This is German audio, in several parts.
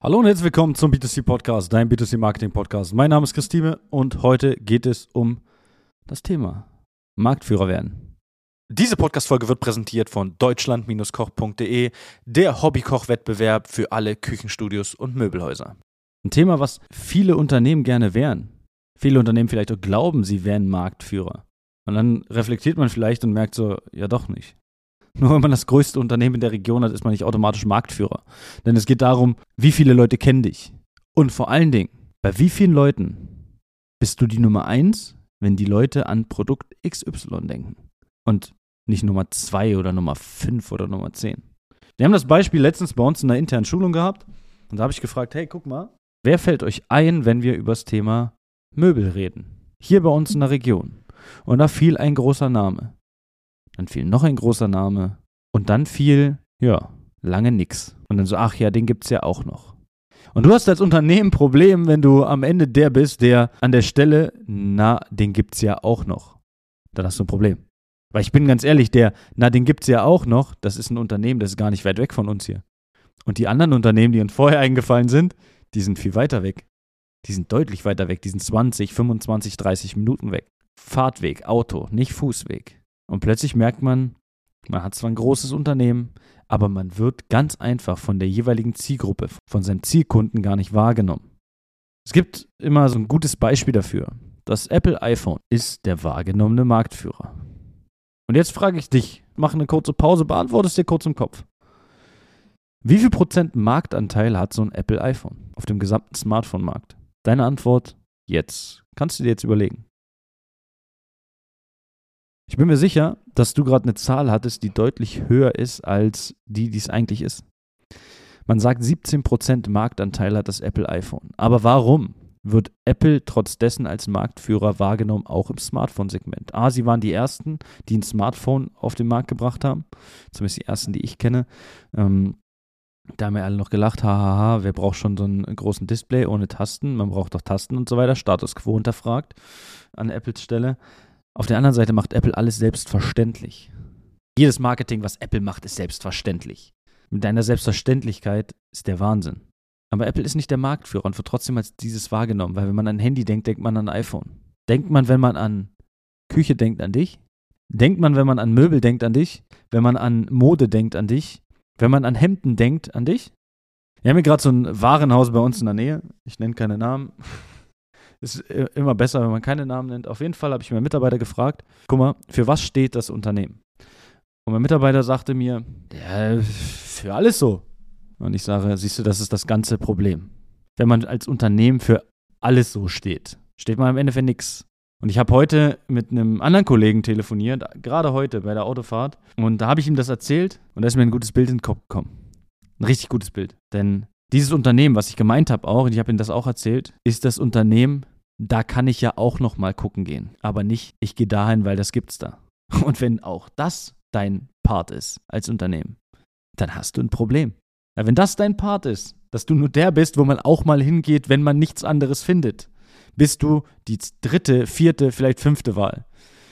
Hallo und herzlich willkommen zum B2C-Podcast, dein B2C-Marketing-Podcast. Mein Name ist Christine und heute geht es um das Thema Marktführer werden. Diese Podcast-Folge wird präsentiert von deutschland-koch.de, der Hobbykoch-Wettbewerb für alle Küchenstudios und Möbelhäuser. Ein Thema, was viele Unternehmen gerne wären. Viele Unternehmen vielleicht auch glauben, sie wären Marktführer. Und dann reflektiert man vielleicht und merkt so, ja doch nicht. Nur wenn man das größte Unternehmen in der Region hat, ist man nicht automatisch Marktführer. Denn es geht darum, wie viele Leute kennen dich. Und vor allen Dingen, bei wie vielen Leuten bist du die Nummer 1, wenn die Leute an Produkt XY denken. Und nicht Nummer 2 oder Nummer 5 oder Nummer 10. Wir haben das Beispiel letztens bei uns in einer internen Schulung gehabt. Und da habe ich gefragt, hey, guck mal, wer fällt euch ein, wenn wir über das Thema Möbel reden? Hier bei uns in der Region. Und da fiel ein großer Name. Dann fiel noch ein großer Name und dann fiel, lange nix. Und dann so, ach ja, den gibt's ja auch noch. Und du hast als Unternehmen ein Problem, wenn du am Ende der bist, der an der Stelle, den gibt's ja auch noch. Dann hast du ein Problem. Weil ich bin ganz ehrlich, den gibt's ja auch noch, das ist ein Unternehmen, das ist gar nicht weit weg von uns hier. Und die anderen Unternehmen, die uns vorher eingefallen sind, die sind viel weiter weg. Die sind deutlich weiter weg, die sind 20, 25, 30 Minuten weg. Fahrtweg, Auto, nicht Fußweg. Und plötzlich merkt man hat zwar ein großes Unternehmen, aber man wird ganz einfach von der jeweiligen Zielgruppe, von seinem Zielkunden gar nicht wahrgenommen. Es gibt immer so ein gutes Beispiel dafür. Das Apple iPhone ist der wahrgenommene Marktführer. Und jetzt frage ich dich, mach eine kurze Pause, beantworte es dir kurz im Kopf. Wie viel Prozent Marktanteil hat so ein Apple iPhone auf dem gesamten Smartphone-Markt? Deine Antwort jetzt. Kannst du dir jetzt überlegen. Ich bin mir sicher, dass du gerade eine Zahl hattest, die deutlich höher ist, als die es eigentlich ist. Man sagt, 17% Marktanteil hat das Apple iPhone. Aber warum wird Apple trotz dessen als Marktführer wahrgenommen, auch im Smartphone-Segment? Sie waren die Ersten, die ein Smartphone auf den Markt gebracht haben. Zumindest die Ersten, die ich kenne. Da haben wir alle noch gelacht, hahaha, wer braucht schon so einen großen Display ohne Tasten? Man braucht doch Tasten und so weiter. Status Quo hinterfragt an Apples Stelle. Auf der anderen Seite macht Apple alles selbstverständlich. Jedes Marketing, was Apple macht, ist selbstverständlich. Mit deiner Selbstverständlichkeit ist der Wahnsinn. Aber Apple ist nicht der Marktführer und wird trotzdem als dieses wahrgenommen, weil wenn man an Handy denkt, denkt man an iPhone. Denkt man, wenn man an Küche denkt, an dich? Denkt man, wenn man an Möbel denkt, an dich? Wenn man an Mode denkt, an dich? Wenn man an Hemden denkt, an dich? Wir haben hier gerade so ein Warenhaus bei uns in der Nähe. Ich nenne keine Namen. Ist immer besser, wenn man keine Namen nennt. Auf jeden Fall habe ich meinen Mitarbeiter gefragt, guck mal, für was steht das Unternehmen? Und mein Mitarbeiter sagte mir, für alles so. Und ich sage, siehst du, das ist das ganze Problem. Wenn man als Unternehmen für alles so steht, steht man am Ende für nichts. Und ich habe heute mit einem anderen Kollegen telefoniert, gerade heute bei der Autofahrt. Und da habe ich ihm das erzählt und da ist mir ein gutes Bild in den Kopf gekommen. Ein richtig gutes Bild. Denn dieses Unternehmen, was ich gemeint habe auch, und ich habe ihm das auch erzählt, ist das Unternehmen, da kann ich ja auch noch mal gucken gehen. Aber nicht, ich gehe dahin, weil das gibt's da. Und wenn auch das dein Part ist als Unternehmen, dann hast du ein Problem. Ja, wenn das dein Part ist, dass du nur der bist, wo man auch mal hingeht, wenn man nichts anderes findet, bist du die 3., 4., vielleicht 5. Wahl.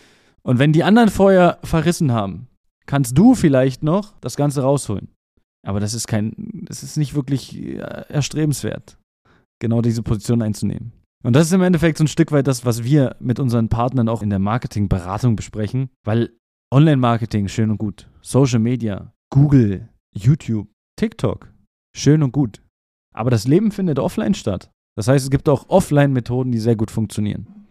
Und wenn die anderen vorher verrissen haben, kannst du vielleicht noch das Ganze rausholen. Aber das ist nicht wirklich erstrebenswert, genau diese Position einzunehmen. Und das ist im Endeffekt so ein Stück weit das, was wir mit unseren Partnern auch in der Marketingberatung besprechen, weil Online-Marketing schön und gut, Social Media, Google, YouTube, TikTok, schön und gut. Aber das Leben findet offline statt. Das heißt, es gibt auch Offline-Methoden, die sehr gut funktionieren.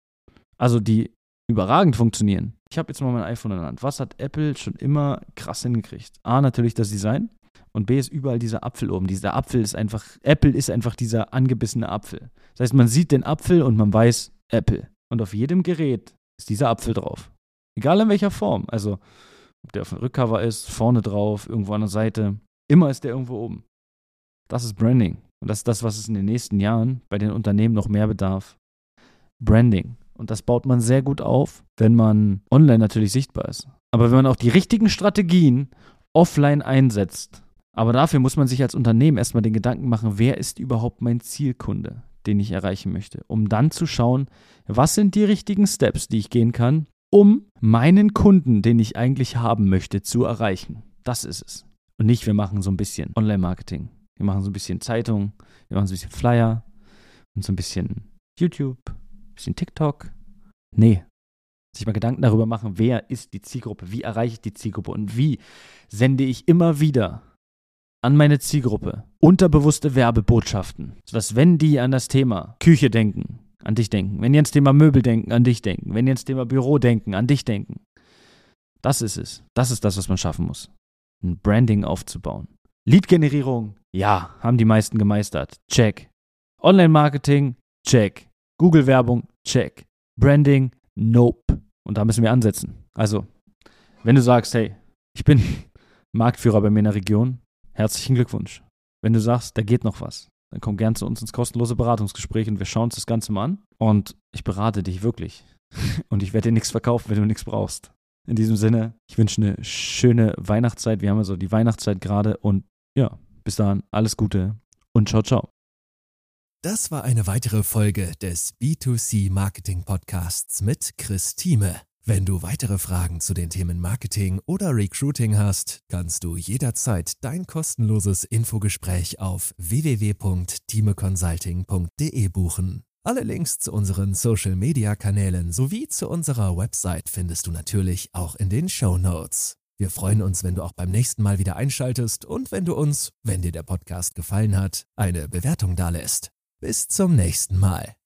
Also die überragend funktionieren. Ich habe jetzt mal mein iPhone in der Hand. Was hat Apple schon immer krass hingekriegt? A, natürlich das Design. Und B ist überall dieser Apfel oben. Dieser Apfel ist einfach, Apple ist einfach dieser angebissene Apfel. Das heißt, man sieht den Apfel und man weiß Apple. Und auf jedem Gerät ist dieser Apfel drauf. Egal in welcher Form. Also, ob der auf dem Rückcover ist, vorne drauf, irgendwo an der Seite. Immer ist der irgendwo oben. Das ist Branding. Und das ist das, was es in den nächsten Jahren bei den Unternehmen noch mehr bedarf. Branding. Und das baut man sehr gut auf, wenn man online natürlich sichtbar ist. Aber wenn man auch die richtigen Strategien offline einsetzt, aber dafür muss man sich als Unternehmen erstmal den Gedanken machen, wer ist überhaupt mein Zielkunde, den ich erreichen möchte, um dann zu schauen, was sind die richtigen Steps, die ich gehen kann, um meinen Kunden, den ich eigentlich haben möchte, zu erreichen. Das ist es. Und nicht, wir machen so ein bisschen Online-Marketing. Wir machen so ein bisschen Zeitung, wir machen so ein bisschen Flyer und so ein bisschen YouTube, ein bisschen TikTok. Nee. Sich mal Gedanken darüber machen, wer ist die Zielgruppe, wie erreiche ich die Zielgruppe und wie sende ich immer wieder an meine Zielgruppe unterbewusste Werbebotschaften, sodass, wenn die an das Thema Küche denken, an dich denken, wenn die ans Thema Möbel denken, an dich denken, wenn die ans Thema Büro denken, an dich denken. Das ist es. Das ist das, was man schaffen muss. Ein Branding aufzubauen. Lead-Generierung, ja, haben die meisten gemeistert. Check. Online-Marketing, check. Google-Werbung, check. Branding, nope. Und da müssen wir ansetzen. Also, wenn du sagst, hey, ich bin Marktführer bei mir in der Region, herzlichen Glückwunsch. Wenn du sagst, da geht noch was, dann komm gern zu uns ins kostenlose Beratungsgespräch und wir schauen uns das Ganze mal an. Und ich berate dich wirklich. Und ich werde dir nichts verkaufen, wenn du nichts brauchst. In diesem Sinne, ich wünsche eine schöne Weihnachtszeit. Wir haben also die Weihnachtszeit gerade und ja, bis dahin alles Gute und ciao, ciao. Das war eine weitere Folge des B2C Marketing Podcasts mit Chris Thieme. Wenn du weitere Fragen zu den Themen Marketing oder Recruiting hast, kannst du jederzeit dein kostenloses Infogespräch auf www.thiemeconsulting.de buchen. Alle Links zu unseren Social-Media-Kanälen sowie zu unserer Website findest du natürlich auch in den Shownotes. Wir freuen uns, wenn du auch beim nächsten Mal wieder einschaltest und wenn du uns, wenn dir der Podcast gefallen hat, eine Bewertung dalässt. Bis zum nächsten Mal.